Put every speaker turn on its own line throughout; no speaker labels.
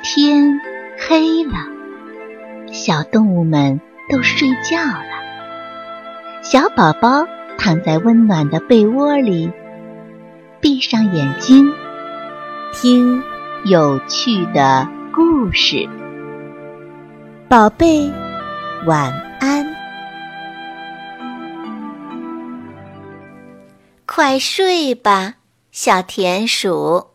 天黑了，小动物们都睡觉了。小宝宝躺在温暖的被窝里，闭上眼睛，听有趣的故事。宝贝，晚安。
快睡吧，小田鼠。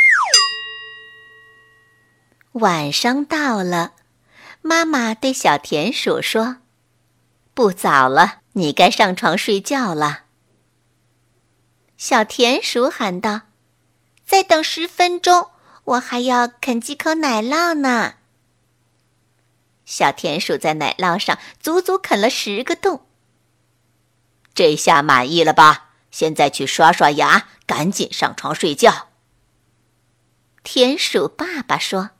晚上到了，妈妈对小田鼠说：“不早了，你该上床睡觉了。”小田鼠喊道：“再等10分钟，我还要啃几口奶酪呢。”小田鼠在奶酪上足足啃了10个洞。这下满意了吧？现在去刷刷牙，赶紧上床睡觉。田鼠爸爸说：“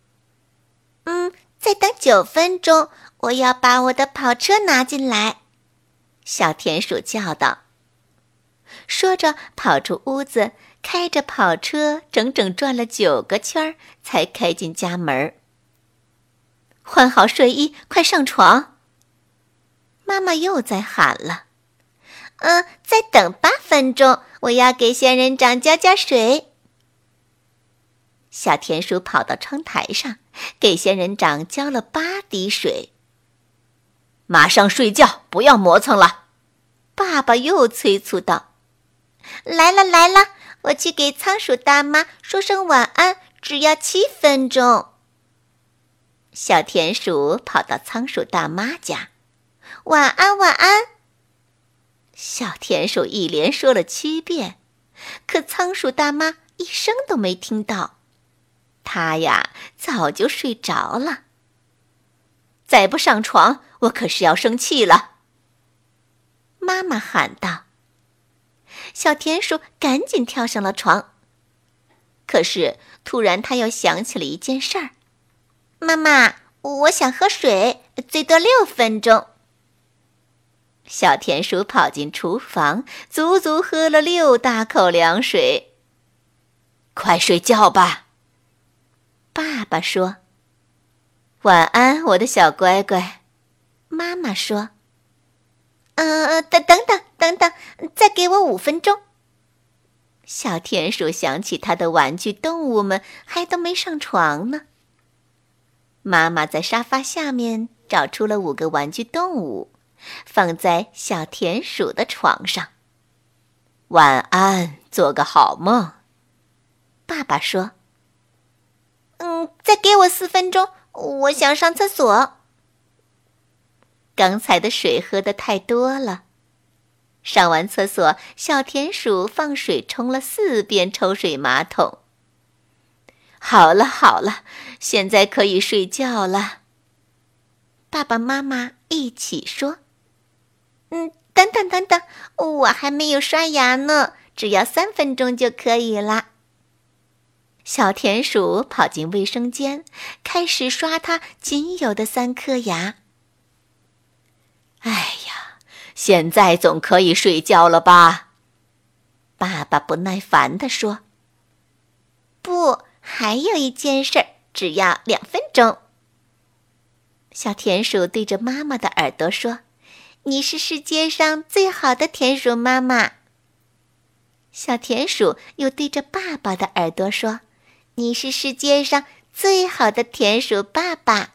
再等9分钟，我要把我的跑车拿进来。”小田鼠叫道。说着跑出屋子，开着跑车整整转了9个圈才开进家门。换好睡衣，快上床！妈妈又在喊了。再等8分钟，我要给仙人掌浇水。小田鼠跑到窗台上，给仙人掌浇了8滴水。马上睡觉，不要磨蹭了！爸爸又催促道。来了，我去给仓鼠大妈说声晚安，只要7分钟。小田鼠跑到仓鼠大妈家，晚安，晚安。小田鼠一连说了7遍，可仓鼠大妈一声都没听到。她呀，早就睡着了。再不上床，我可是要生气了！妈妈喊道。小田鼠赶紧跳上了床。可是突然他又想起了一件事儿。妈妈，我想喝水，最多6分钟。小田鼠跑进厨房，足足喝了6大口凉水。快睡觉吧，爸爸说。晚安，我的小乖乖，妈妈说。等等，再给我5分钟。小田鼠想起他的玩具动物们还都没上床呢。妈妈在沙发下面找出了5个玩具动物，放在小田鼠的床上。晚安，做个好梦，爸爸说。再给我4分钟，我想上厕所。刚才的水喝得太多了。上完厕所，小田鼠放水冲了4遍抽水马桶。好了，现在可以睡觉了。爸爸妈妈一起说。等等，我还没有刷牙呢，只要3分钟就可以了。小田鼠跑进卫生间，开始刷它仅有的3颗牙。哎呀，现在总可以睡觉了吧？爸爸不耐烦地说。不，还有一件事，只要2分钟。小田鼠对着妈妈的耳朵说：“你是世界上最好的田鼠妈妈。”小田鼠又对着爸爸的耳朵说：“你是世界上最好的田鼠爸爸。”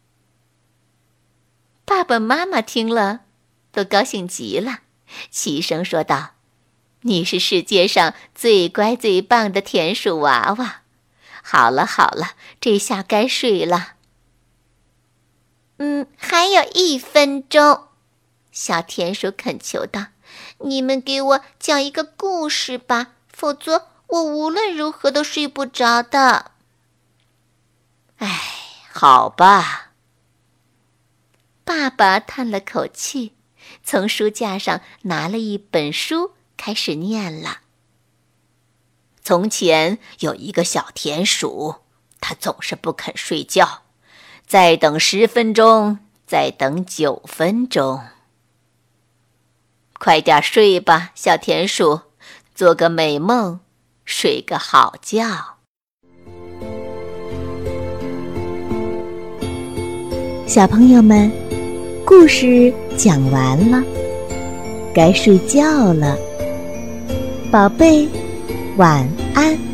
爸爸妈妈听了，都高兴极了，齐声说道：“你是世界上最乖最棒的田鼠娃娃。好了，这下该睡了。”还有1分钟，小田鼠恳求道：“你们给我讲一个故事吧，否则我无论如何都睡不着的。”哎，好吧。爸爸叹了口气，从书架上拿了一本书，开始念了。从前有一个小田鼠，它总是不肯睡觉，再等10分钟，再等9分钟。快点睡吧，小田鼠，做个美梦，睡个好觉。
小朋友们，故事讲完了，该睡觉了，宝贝，晚安。